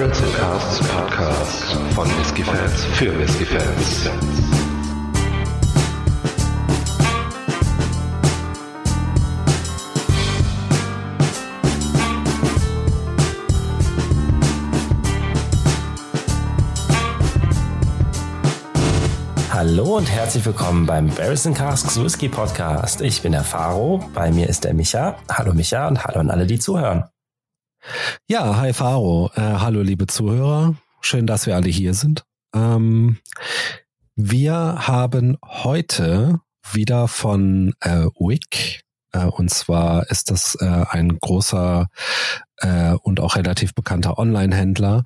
Barrels and Casks Podcast von Whisky-Fans für Whisky-Fans. Hallo und herzlich willkommen beim Barrels and Casks Whisky Podcast. Ich bin der Faro, bei mir ist der Micha. Hallo Micha und hallo an alle, die zuhören. Ja, hi Faro. Hallo liebe Zuhörer. Schön, dass wir alle hier sind. Wir haben heute wieder von Wick, und zwar ist das ein großer und auch relativ bekannter Online-Händler,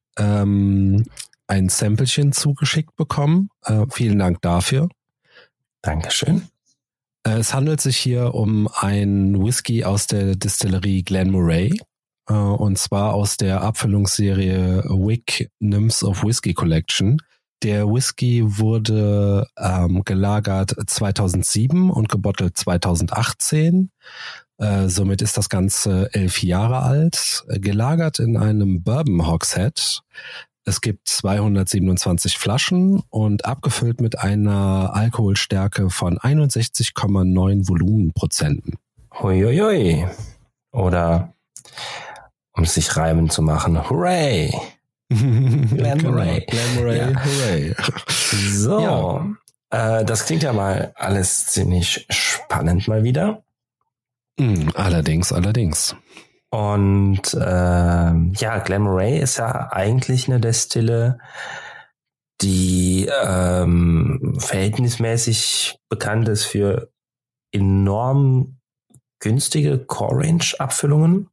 ein Samplechen zugeschickt bekommen. Vielen Dank dafür. Dankeschön. Es handelt sich hier um ein Whisky aus der Distillerie Glenmoray, und zwar aus der Abfüllungsserie Wick Nymphs of Whiskey Collection. Der Whisky wurde gelagert 2007 und gebottelt 2018. Somit ist das Ganze 11 Jahre alt, gelagert in einem Bourbon Hogshead. Es gibt 227 Flaschen und abgefüllt mit einer Alkoholstärke von 61,9 Volumenprozenten. Huiuiui. Oder, um es sich reimen zu machen, Hooray! Glenmoray. Glenmoray, ja. Hooray. So, ja. Das klingt ja mal alles ziemlich spannend mal wieder. Allerdings. Und Glenmoray ist ja eigentlich eine Destille, die verhältnismäßig bekannt ist für enorm günstige Core-Range-Abfüllungen.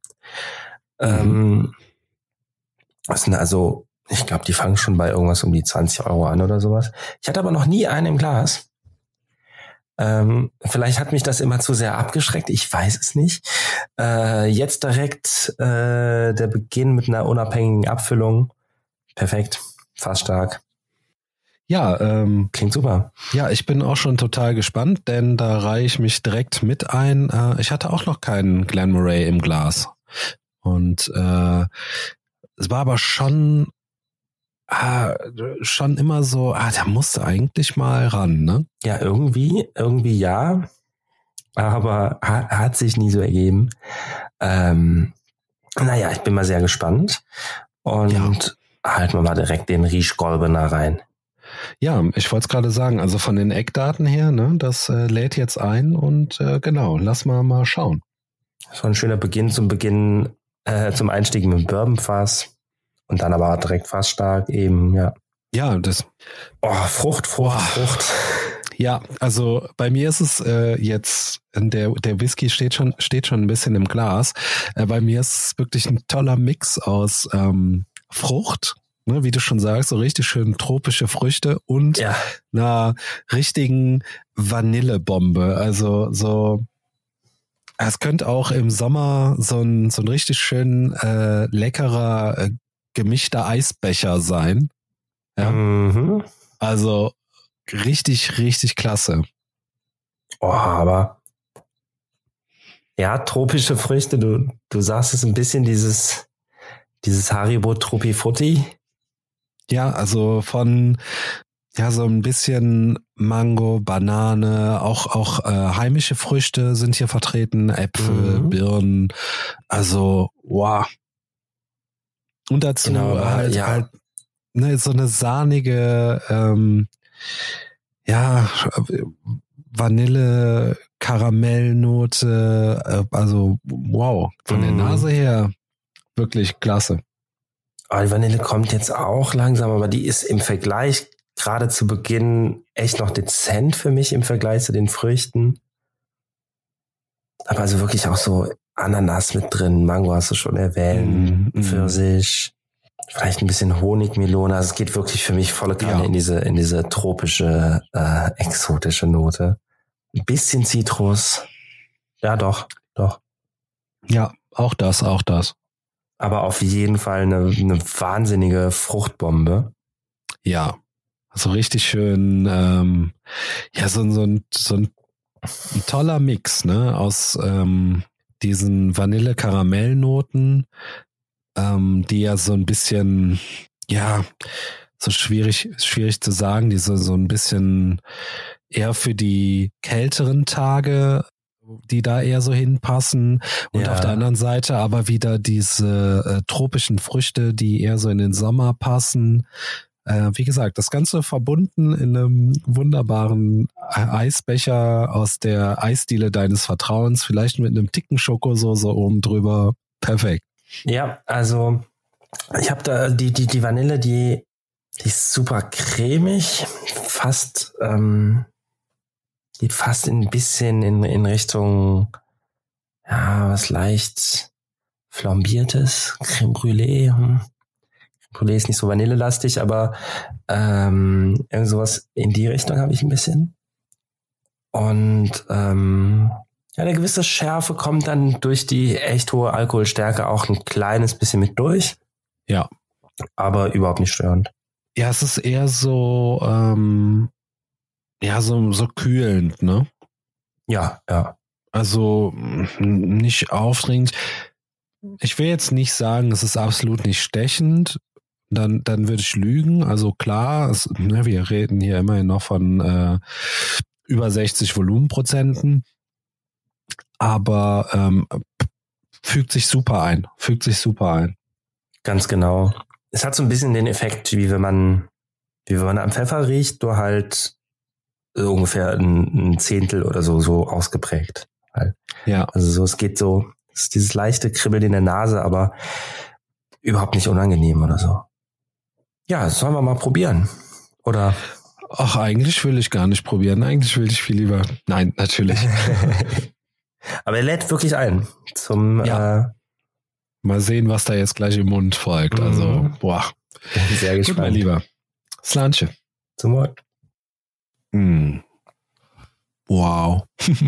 Das sind also, ich glaube, die fangen schon bei irgendwas um die 20 Euro an oder sowas. Ich hatte aber noch nie einen im Glas. Vielleicht hat mich das immer zu sehr abgeschreckt, ich weiß es nicht. Jetzt direkt der Beginn mit einer unabhängigen Abfüllung. Perfekt, fast stark. Ja, klingt super. Ja, ich bin auch schon total gespannt, denn da reihe ich mich direkt mit ein. Ich hatte auch noch keinen Glenmoray im Glas. Und es war aber schon immer so, der musste eigentlich mal ran, ne? Ja, irgendwie ja, aber hat sich nie so ergeben. Ich bin mal sehr gespannt und halten wir mal direkt den Riechkolbener rein. Ja, ich wollte es gerade sagen, also von den Eckdaten her, ne, das lädt jetzt ein und genau, lass mal schauen. So ein schöner Beginn zum Einstieg mit dem Bourbonfass. Und dann aber direkt fast stark eben, ja. Ja, das. Frucht. Ja, also bei mir ist es jetzt, der Whisky steht schon ein bisschen im Glas. Bei mir ist es wirklich ein toller Mix aus Frucht, ne, wie du schon sagst, so richtig schön tropische Früchte und einer richtigen Vanillebombe. Also so, es könnte auch im Sommer so ein richtig schön leckerer gemischter Eisbecher sein. Ja. Also richtig, richtig klasse. Aber ja, tropische Früchte, du sagst es ein bisschen, dieses Haribo Tropifrutti. Ja, also von so ein bisschen Mango, Banane, auch heimische Früchte sind hier vertreten, Äpfel, Birnen, also wow. Und dazu halt ne, so eine sahnige Vanille-Karamellnote, also wow, von der Nase her wirklich klasse. Die Vanille kommt jetzt auch langsam, aber die ist im Vergleich gerade zu Beginn echt noch dezent für mich im Vergleich zu den Früchten. Aber also wirklich auch so Ananas mit drin, Mango hast du schon erwähnt, Pfirsich, vielleicht ein bisschen Honigmelone. Also es geht wirklich für mich volle Kanne in diese tropische, exotische Note. Ein bisschen Zitrus. Ja, doch. Ja, auch das. Aber auf jeden Fall eine wahnsinnige Fruchtbombe. Ja, also richtig schön, so ein toller Mix, ne, aus diesen Vanille-Karamellnoten, die ja so ein bisschen, ja, so schwierig zu sagen, die so ein bisschen eher für die kälteren Tage, die da eher so hinpassen. Und auf der anderen Seite aber wieder diese tropischen Früchte, die eher so in den Sommer passen. Wie gesagt, das Ganze verbunden in einem wunderbaren Eisbecher aus der Eisdiele deines Vertrauens, vielleicht mit einem Ticken Schokosoße oben drüber. Perfekt. Ja, also ich habe da die Vanille, die ist super cremig, geht fast ein bisschen in Richtung, ja, was leicht flambiertes, Crème Brûlée. Crème Brûlée ist nicht so vanillelastig, aber irgend sowas in die Richtung habe ich ein bisschen. Und eine gewisse Schärfe kommt dann durch die echt hohe Alkoholstärke auch ein kleines bisschen mit durch. Ja. Aber überhaupt nicht störend. Ja, es ist eher so, so kühlend, ne? Ja. Also nicht aufdringend. Ich will jetzt nicht sagen, es ist absolut nicht stechend. Dann würde ich lügen. Also klar, wir reden hier immerhin noch von über 60 Volumenprozenten. Aber fügt sich super ein. Ganz genau. Es hat so ein bisschen den Effekt, wie wenn man am Pfeffer riecht, nur halt ungefähr ein Zehntel oder so ausgeprägt. Ja. Also es geht so, es ist dieses leichte Kribbeln in der Nase, aber überhaupt nicht unangenehm oder so. Ja, das sollen wir mal probieren. Oder? Ach, eigentlich will ich gar nicht probieren. Eigentlich will ich viel lieber. Nein, natürlich. Aber er lädt wirklich ein zum mal sehen, was da jetzt gleich im Mund folgt. Also, boah. Bin sehr gespannt. Gut, mein Lieber. Slanche. Zum Wohl. Wow.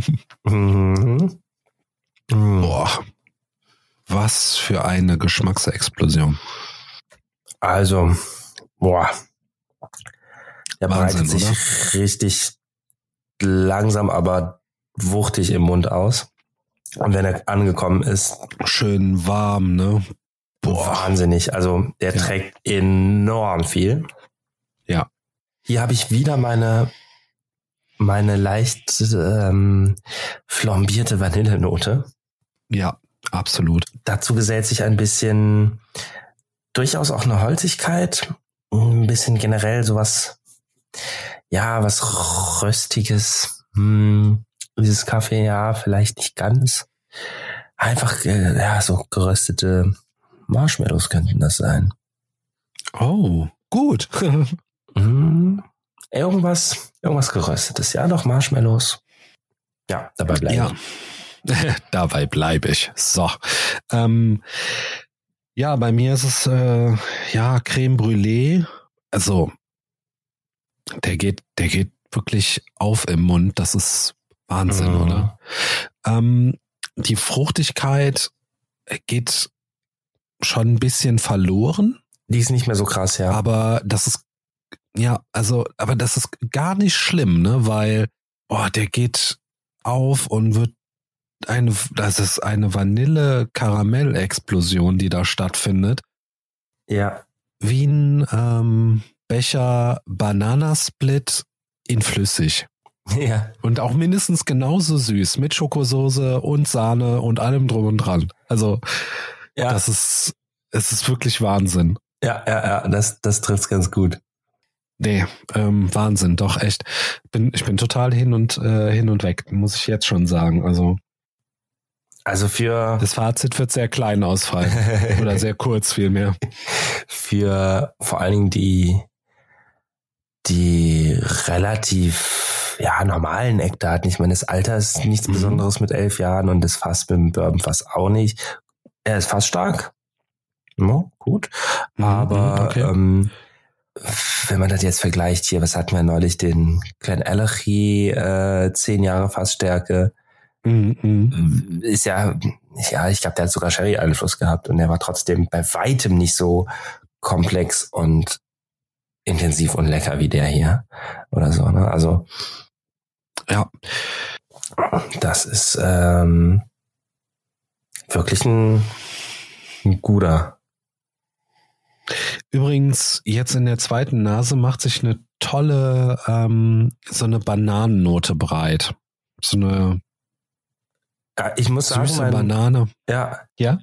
Boah. Was für eine Geschmacksexplosion. Also, boah. Der Wahnsinn, breitet sich oder? richtig langsam, aber wuchtig im Mund aus. Und wenn er angekommen ist, schön warm, ne? Boah. Wahnsinnig. Also der trägt enorm viel. Ja. Hier habe ich wieder meine leicht flambierte Vanillenote. Ja, absolut. Dazu gesellt sich ein bisschen durchaus auch eine Holzigkeit, ein bisschen generell sowas, ja, was Röstiges. Dieses Kaffee, ja, vielleicht nicht ganz. Einfach, so geröstete Marshmallows könnten das sein. Oh, gut. Irgendwas geröstetes. Ja, doch, Marshmallows. Ja, dabei bleibe ich. Dabei bleibe ich. So. Ja, bei mir ist es, Crème Brûlée. Also, der geht wirklich auf im Mund. Das ist Wahnsinn, oder? Die Fruchtigkeit geht schon ein bisschen verloren. Die ist nicht mehr so krass, ja. Aber das ist gar nicht schlimm, ne? Weil, der geht auf und das ist eine Vanille-Karamell-Explosion, die da stattfindet. Ja. Wie ein Becher Bananasplit in flüssig. Ja. Und auch mindestens genauso süß, mit Schokosoße und Sahne und allem drum und dran. Also, es ist wirklich Wahnsinn. Ja, das trifft's ganz gut. Nee, Wahnsinn, doch echt. Ich bin total hin und weg, muss ich jetzt schon sagen. Also für das Fazit wird sehr klein ausfallen. Oder sehr kurz vielmehr. Für vor allen Dingen die relativ normalen Eckdaten. Ich meine, das Alter ist nichts Besonderes mit 11 Jahren und das Fass mit dem Bourbon-Fass auch nicht. Er ist fast stark. Ja, gut. Aber wenn man das jetzt vergleicht hier, was hatten wir neulich, den Glenallachie 10 Jahre Fassstärke, ist ich glaube, der hat sogar Sherry-Einfluss gehabt und der war trotzdem bei weitem nicht so komplex und intensiv und lecker wie der hier oder so, ne? Also ja, das ist wirklich ein guter Übrigens, jetzt in der zweiten Nase macht sich eine tolle, so eine Bananennote breit. So eine Ja, ich muss süße sagen, Banane. ja, Ja?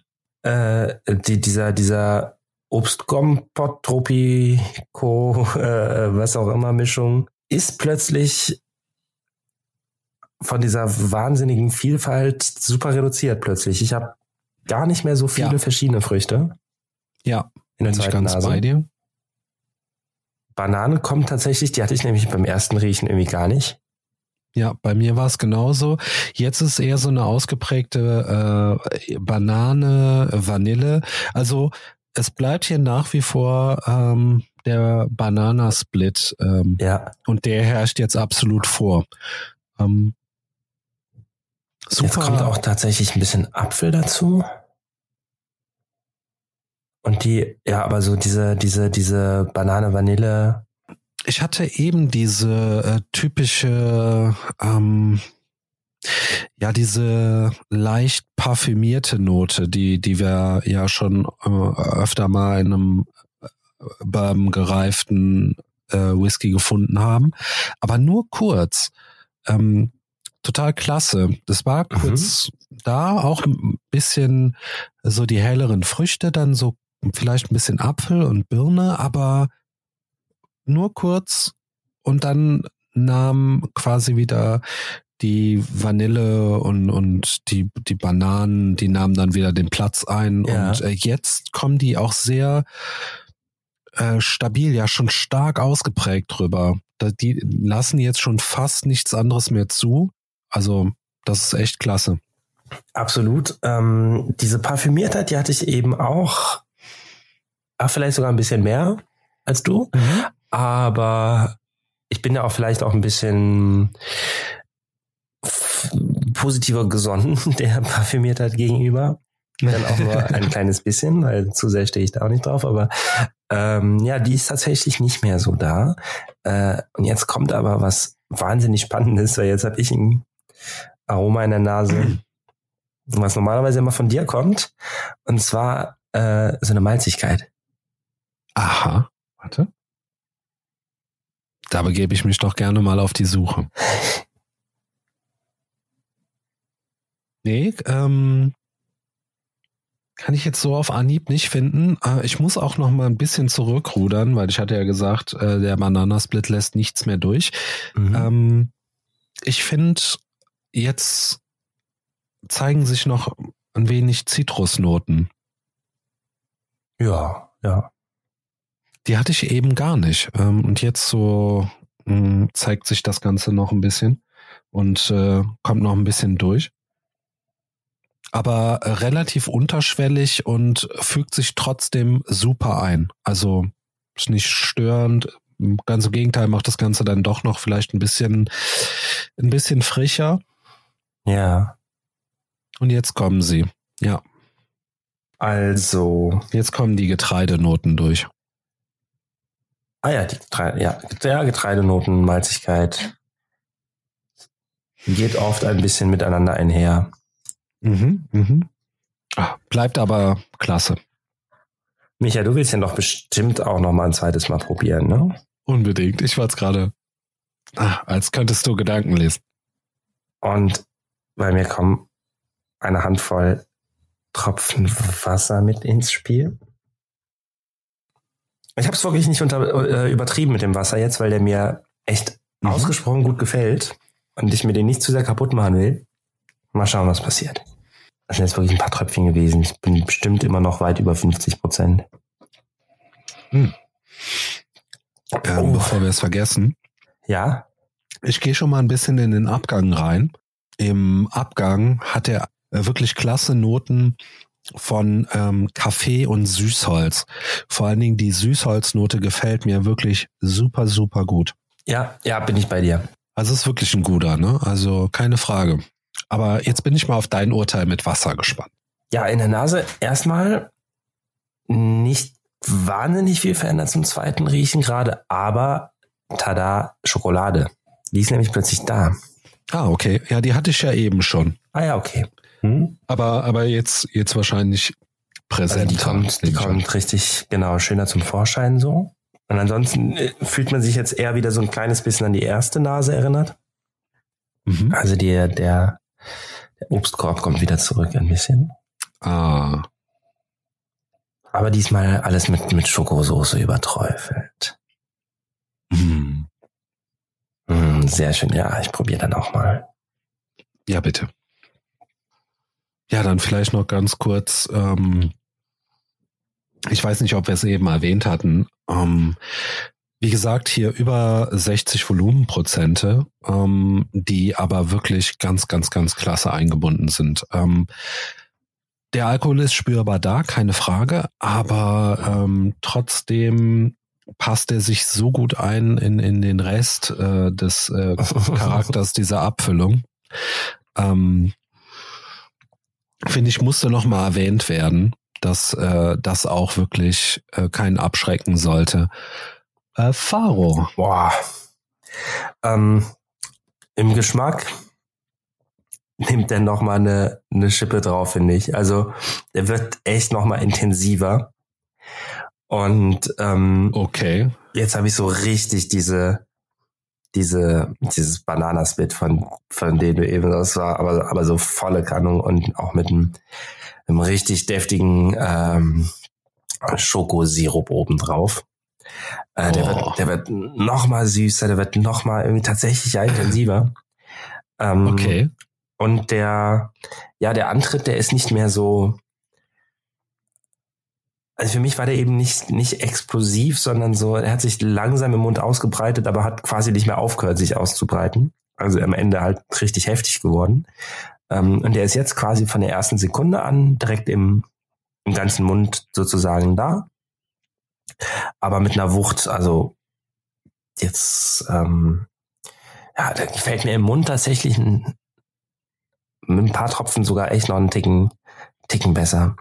dieser Obstkompott, Tropico, was auch immer Mischung, ist plötzlich von dieser wahnsinnigen Vielfalt super reduziert plötzlich. Ich habe gar nicht mehr so viele verschiedene Früchte. Ja, in der bin ich zweiten ganz Nase. bei dir. Banane kommt tatsächlich, die hatte ich nämlich beim ersten Riechen irgendwie gar nicht. Ja, bei mir war es genauso. Jetzt ist eher so eine ausgeprägte Banane, Vanille. Also es bleibt hier nach wie vor der Banana-Split Ja. und der herrscht jetzt absolut vor. Super. Jetzt kommt auch tatsächlich ein bisschen Apfel dazu. Und aber so diese Banane, Vanille. Ich hatte eben diese typische, diese leicht parfümierte Note, die wir ja schon öfter mal in einem gereiften Whisky gefunden haben, aber nur kurz. Total klasse. Das war kurz da, auch ein bisschen so die helleren Früchte, dann so vielleicht ein bisschen Apfel und Birne, aber nur kurz und dann nahm quasi wieder die Vanille und die Bananen, die nahmen dann wieder den Platz ein und jetzt kommen die auch sehr stabil, ja schon stark ausgeprägt drüber. Die lassen jetzt schon fast nichts anderes mehr zu. Also das ist echt klasse. Absolut. Diese Parfümiertheit, die hatte ich eben auch, vielleicht sogar ein bisschen mehr als du. Aber ich bin ja auch vielleicht auch ein bisschen positiver gesonnen der Parfümiertheit gegenüber. Dann auch nur ein kleines bisschen, weil zu sehr stehe ich da auch nicht drauf. Aber die ist tatsächlich nicht mehr so da. Und jetzt kommt aber was wahnsinnig Spannendes, weil jetzt habe ich ein Aroma in der Nase, was normalerweise immer von dir kommt. Und zwar so eine Malzigkeit. Aha, warte. Da begebe ich mich doch gerne mal auf die Suche. Nee, kann ich jetzt so auf Anhieb nicht finden. Ich muss auch noch mal ein bisschen zurückrudern, weil ich hatte ja gesagt, der Bananasplit lässt nichts mehr durch. Ich finde, jetzt zeigen sich noch ein wenig Zitrusnoten. Ja. Die hatte ich eben gar nicht. Und jetzt so zeigt sich das Ganze noch ein bisschen und kommt noch ein bisschen durch. Aber relativ unterschwellig und fügt sich trotzdem super ein. Also ist nicht störend. Ganz im Gegenteil, macht das Ganze dann doch noch vielleicht ein bisschen frischer. Ja. Und jetzt kommen sie. Ja. Also. Jetzt kommen die Getreidenoten durch. Getreidenoten, Malzigkeit. Geht oft ein bisschen miteinander einher. Bleibt aber klasse. Micha, du willst ja doch bestimmt auch noch mal ein zweites Mal probieren, ne? Unbedingt. Ich war es gerade, als könntest du Gedanken lesen. Und bei mir kommen eine Handvoll Tropfen Wasser mit ins Spiel. Ich habe es wirklich nicht übertrieben mit dem Wasser jetzt, weil der mir echt ausgesprochen gut gefällt und ich mir den nicht zu sehr kaputt machen will. Mal schauen, was passiert. Das sind jetzt wirklich ein paar Tröpfchen gewesen. Ich bin bestimmt immer noch weit über 50%. Bevor wir es vergessen. Ja. Ich gehe schon mal ein bisschen in den Abgang rein. Im Abgang hat er wirklich klasse Noten von Kaffee und Süßholz. Vor allen Dingen die Süßholznote gefällt mir wirklich super, super gut. Ja, bin ich bei dir. Also ist wirklich ein guter, ne? Also keine Frage. Aber jetzt bin ich mal auf dein Urteil mit Wasser gespannt. Ja, in der Nase erstmal nicht wahnsinnig viel verändert zum zweiten Riechen gerade, aber tada, Schokolade. Die ist nämlich plötzlich da. Ah, okay. Ja, die hatte ich ja eben schon. Ah ja, okay. Aber jetzt wahrscheinlich präsenter. Also die kommt richtig, genau, schöner zum Vorschein so. Und ansonsten fühlt man sich jetzt eher wieder so ein kleines bisschen an die erste Nase erinnert. Mhm. Also der Obstkorb kommt wieder zurück ein bisschen. Ah. Aber diesmal alles mit Schokosoße überträufelt. Sehr schön, ja, ich probiere dann auch mal. Ja, bitte. Ja, dann vielleicht noch ganz kurz, ich weiß nicht, ob wir es eben erwähnt hatten. Wie gesagt, hier über 60 Volumenprozente, die aber wirklich ganz, ganz, ganz klasse eingebunden sind. Der Alkohol ist spürbar da, keine Frage, aber trotzdem passt er sich so gut ein in den Rest des Charakters dieser Abfüllung. Finde ich, musste noch mal erwähnt werden, dass das auch wirklich keinen abschrecken sollte. Faro. Boah. Im Geschmack nimmt der noch mal eine Schippe drauf, finde ich. Also der wird echt noch mal intensiver. Und Okay. jetzt habe ich so richtig dieses Bananasplit, von dem du eben das war, aber so volle Kannung und auch mit einem richtig deftigen Schokosirup obendrauf. Der wird noch mal süßer, der wird noch mal irgendwie tatsächlich ja intensiver. Okay. Und der Antritt, der ist nicht mehr so. Also für mich war der eben nicht explosiv, sondern so, er hat sich langsam im Mund ausgebreitet, aber hat quasi nicht mehr aufgehört, sich auszubreiten. Also am Ende halt richtig heftig geworden. Und der ist jetzt quasi von der ersten Sekunde an direkt im ganzen Mund sozusagen da. Aber mit einer Wucht, also jetzt, da gefällt mir im Mund tatsächlich mit ein paar Tropfen sogar echt noch einen Ticken besser.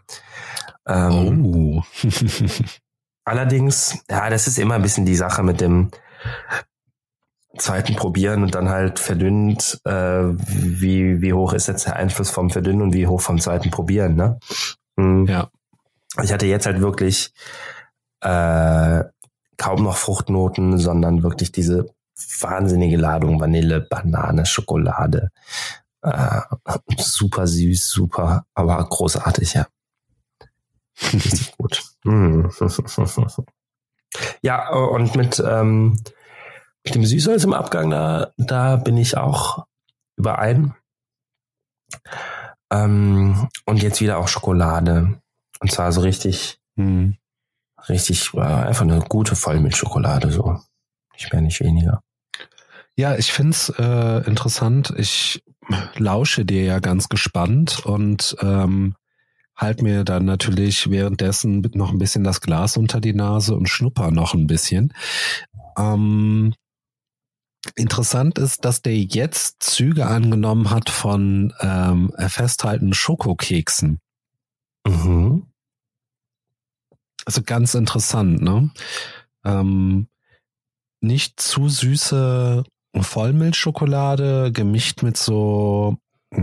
Allerdings, ja, das ist immer ein bisschen die Sache mit dem zweiten Probieren und dann halt verdünnt, wie hoch ist jetzt der Einfluss vom Verdünnen und wie hoch vom zweiten Probieren, ne? Ja. Ich hatte jetzt halt wirklich kaum noch Fruchtnoten, sondern wirklich diese wahnsinnige Ladung Vanille, Banane, Schokolade. Super süß, super, aber großartig, ja. Richtig gut. Ja, und mit dem Süßholz im Abgang, da bin ich auch überein. Und jetzt wieder auch Schokolade. Und zwar so richtig einfach eine gute Vollmilchschokolade, so. Nicht mehr, nicht weniger. Ja, ich find's interessant. Ich lausche dir ja ganz gespannt und halt mir dann natürlich währenddessen noch ein bisschen das Glas unter die Nase und schnupper noch ein bisschen. Interessant ist, dass der jetzt Züge angenommen hat von festhaltenden Schokokeksen. Mhm. Also ganz interessant, ne? Nicht zu süße Vollmilchschokolade gemischt mit so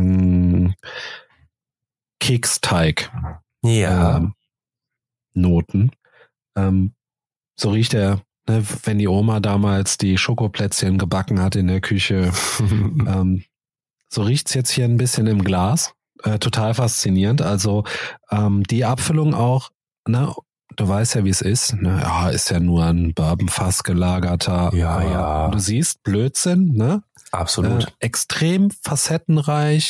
Keksteig. Ja. Noten. So riecht er, ne, wenn die Oma damals die Schokoplätzchen gebacken hat in der Küche. So riecht's jetzt hier ein bisschen im Glas. Total faszinierend. Also die Abfüllung auch, ne, du weißt ja, wie es ist. Ne? Ja, ist ja nur ein Bourbonfass gelagerter. Ja. Du siehst, Blödsinn, ne? Absolut. Extrem facettenreich.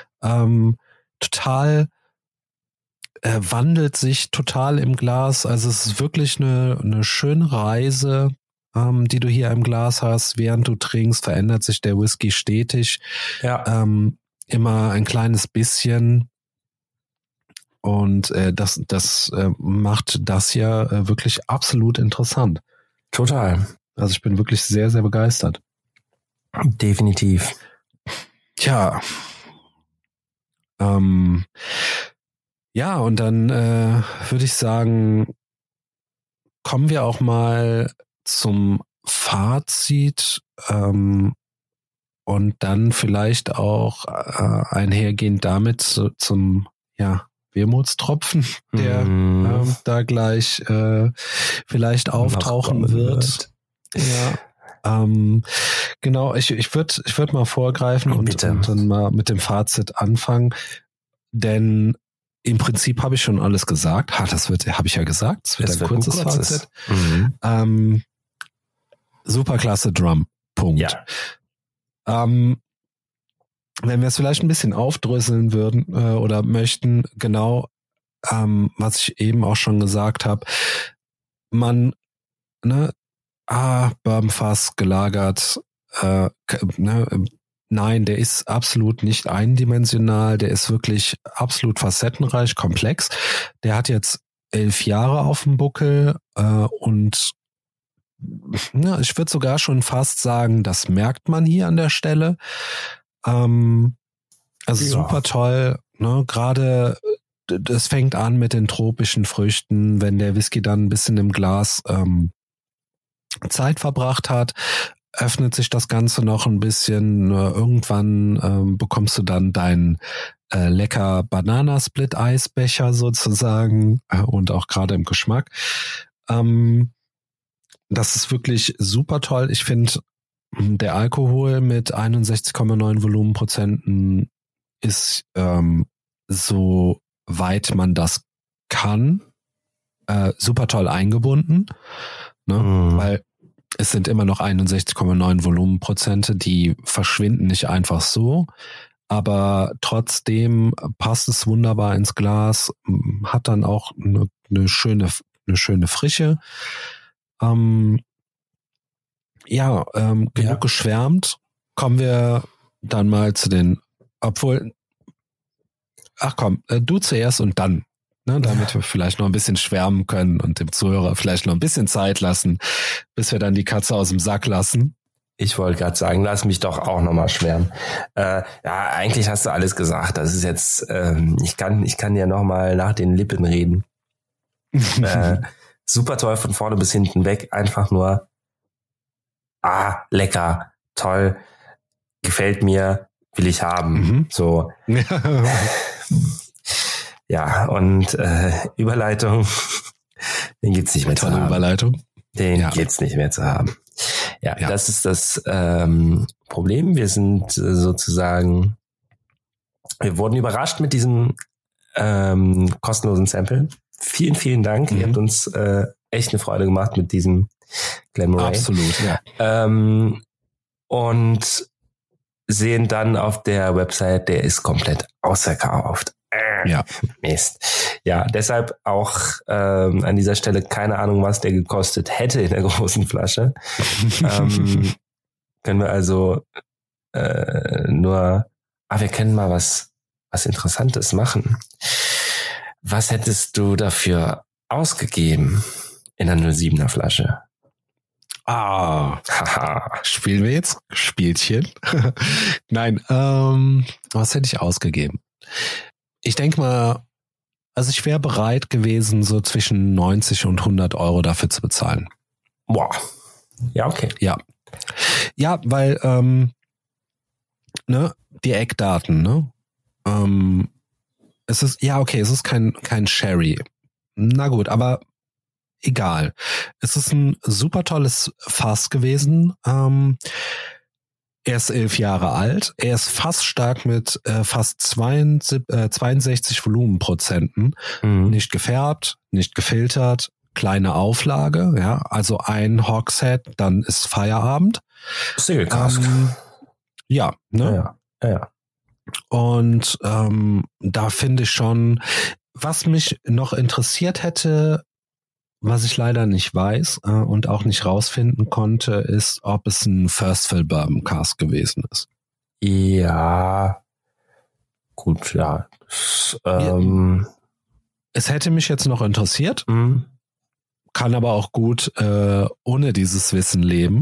Total wandelt sich total im Glas. Also es ist wirklich eine schöne Reise, die du hier im Glas hast. Während du trinkst, verändert sich der Whisky stetig. Ja. Immer ein kleines bisschen. Und das macht das ja wirklich absolut interessant. Total. Also ich bin wirklich sehr, sehr begeistert. Definitiv. Tja. Ja, und dann würde ich sagen, kommen wir auch mal zum Fazit und dann vielleicht auch einhergehend damit zum Wermutstropfen, der da gleich vielleicht auftauchen wird. Ja. Genau, ich würd mal vorgreifen und dann mal mit dem Fazit anfangen, denn im Prinzip habe ich schon alles gesagt. Habe ich ja gesagt. Es wird ein kurzes Fazit. Superklasse Drum. Punkt. Ja. Wenn wir es vielleicht ein bisschen aufdröseln würden oder möchten, genau, was ich eben auch schon gesagt habe, man, Bourbonfass gelagert, nein, der ist absolut nicht eindimensional, der ist wirklich absolut facettenreich, komplex. Der hat jetzt 11 Jahre auf dem Buckel und ich würde sogar schon fast sagen, das merkt man hier an der Stelle. Super toll, ne? Gerade das fängt an mit den tropischen Früchten, wenn der Whisky dann ein bisschen im Glas Zeit verbracht hat, öffnet sich das Ganze noch ein bisschen. Irgendwann bekommst du dann deinen lecker Banana-Split-Eisbecher sozusagen und auch gerade im Geschmack. Das ist wirklich super toll. Ich finde, der Alkohol mit 61,9 Volumenprozenten ist so weit man das kann super toll eingebunden, ne? Weil es sind immer noch 61,9 Volumenprozente, die verschwinden nicht einfach so, aber trotzdem passt es wunderbar ins Glas, hat dann auch eine schöne Frische. Genug geschwärmt. Kommen wir dann mal zu den, du zuerst und dann, ne, damit wir vielleicht noch ein bisschen schwärmen können und dem Zuhörer vielleicht noch ein bisschen Zeit lassen, bis wir dann die Katze aus dem Sack lassen. Ich wollte gerade sagen, lass mich doch auch nochmal schwärmen. Eigentlich hast du alles gesagt. Das ist jetzt, ich kann ja nochmal nach den Lippen reden. Super toll von vorne bis hinten weg. Einfach nur, lecker, toll, gefällt mir, will ich haben. So. Ja, und Überleitung, den gibt's nicht mehr zu haben. Überleitung. Den gibt's nicht mehr zu haben. Ja, das ist das Problem. Wir sind sozusagen, wir wurden überrascht mit diesem kostenlosen Sample. Vielen, vielen Dank. Ihr habt uns echt eine Freude gemacht mit diesem Glen Moray. Absolut, ja. Und sehen dann auf der Website, der ist komplett ausverkauft. Ja. Mist. Ja, deshalb auch an dieser Stelle keine Ahnung, was der gekostet hätte in der großen Flasche. Können wir also wir können mal was Interessantes machen. Was hättest du dafür ausgegeben in der 07er Flasche? Spielen wir jetzt Spielchen? Nein, was hätte ich ausgegeben? Ich denke mal, also ich wäre bereit gewesen, so zwischen 90 und 100 Euro dafür zu bezahlen. Wow. Ja, okay. Ja, weil die Eckdaten, ne? Es ist kein Sherry. Na gut, aber egal. Es ist ein super tolles Fass gewesen. Er ist 11 Jahre alt. Er ist fast stark mit fast 62 Volumenprozenten. Nicht gefärbt, nicht gefiltert, kleine Auflage. Ja, also ein Hogshead, dann ist Feierabend. Single Cask. Ja. Und da finde ich schon, was mich noch interessiert hätte, was ich leider nicht weiß und auch nicht rausfinden konnte, ist, ob es ein First Fill Bourbon Cask gewesen ist. Ja, gut, ja. Es hätte mich jetzt noch interessiert, kann aber auch gut ohne dieses Wissen leben.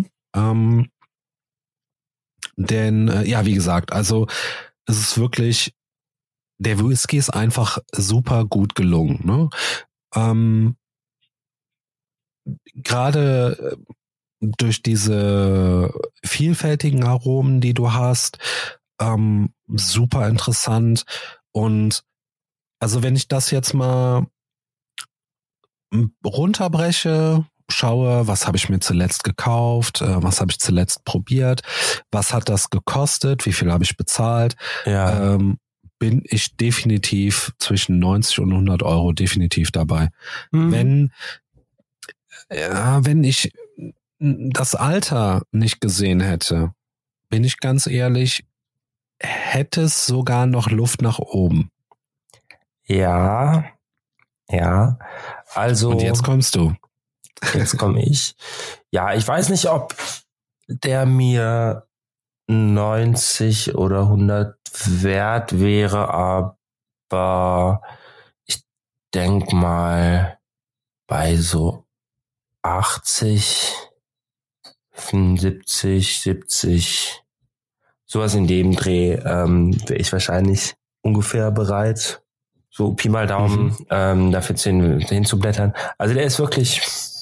Denn, wie gesagt, also es ist wirklich, der Whisky ist einfach super gut gelungen, ne? Gerade durch diese vielfältigen Aromen, die du hast, super interessant und Also wenn ich das jetzt mal runterbreche, schaue, was habe ich mir zuletzt gekauft, was habe ich zuletzt probiert, was hat das gekostet, wie viel habe ich bezahlt, bin ich definitiv zwischen 90 und 100 Euro definitiv dabei. Wenn ich das Alter nicht gesehen hätte, bin ich ganz ehrlich, hätte es sogar noch Luft nach oben. Ja, also. Und jetzt kommst du. Jetzt komme ich. Ja, ich weiß nicht, ob der mir 90 oder 100 wert wäre, aber ich denk mal bei so 80, 75, 70, sowas in dem Dreh wäre ich wahrscheinlich ungefähr bereit, so Pi mal Daumen dafür hinzublättern. Also der ist wirklich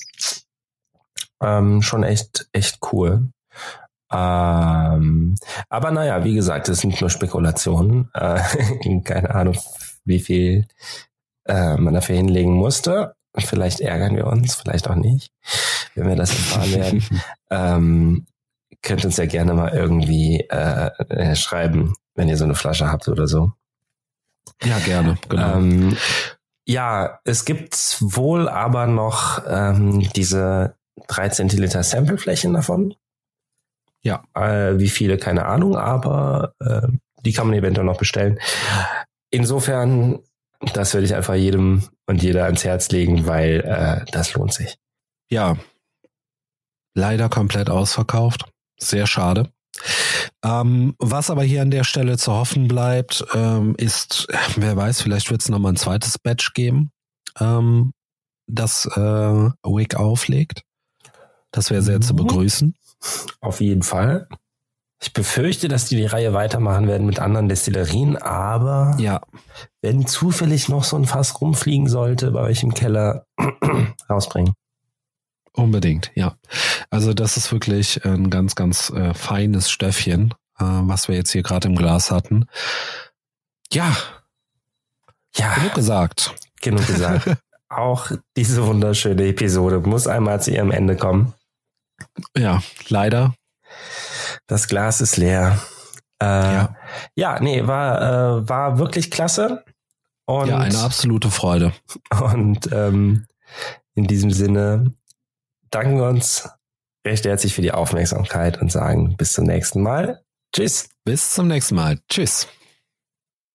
schon echt cool. Aber naja, wie gesagt, es sind nur Spekulationen. Keine Ahnung, wie viel man dafür hinlegen musste. Vielleicht ärgern wir uns, vielleicht auch nicht, wenn wir das erfahren werden. Könnt uns ja gerne mal irgendwie schreiben, wenn ihr so eine Flasche habt oder so. Ja, gerne, genau. Ja, es gibt wohl aber noch diese 3 Zentiliter Sampleflächen davon. Ja. Wie viele, keine Ahnung, aber die kann man eventuell noch bestellen. Insofern, das würde ich einfach jedem und jeder ans Herz legen, weil das lohnt sich. Ja, leider komplett ausverkauft. Sehr schade. Was aber hier an der Stelle zu hoffen bleibt, ist, wer weiß, vielleicht wird es nochmal ein zweites Batch geben, das Wick auflegt. Das wäre sehr zu begrüßen. Auf jeden Fall. Ich befürchte, dass die Reihe weitermachen werden mit anderen Destillerien, aber wenn zufällig noch so ein Fass rumfliegen sollte bei euch im Keller, rausbringen. Unbedingt, ja. Also das ist wirklich ein ganz, ganz feines Stöffchen, was wir jetzt hier gerade im Glas hatten. Ja, genug gesagt. Genug gesagt. Auch diese wunderschöne Episode muss einmal zu ihrem Ende kommen. Ja, leider. Das Glas ist leer. War wirklich klasse. Und ja, eine absolute Freude. Und in diesem Sinne danken wir uns recht herzlich für die Aufmerksamkeit und sagen bis zum nächsten Mal. Tschüss. Bis zum nächsten Mal. Tschüss.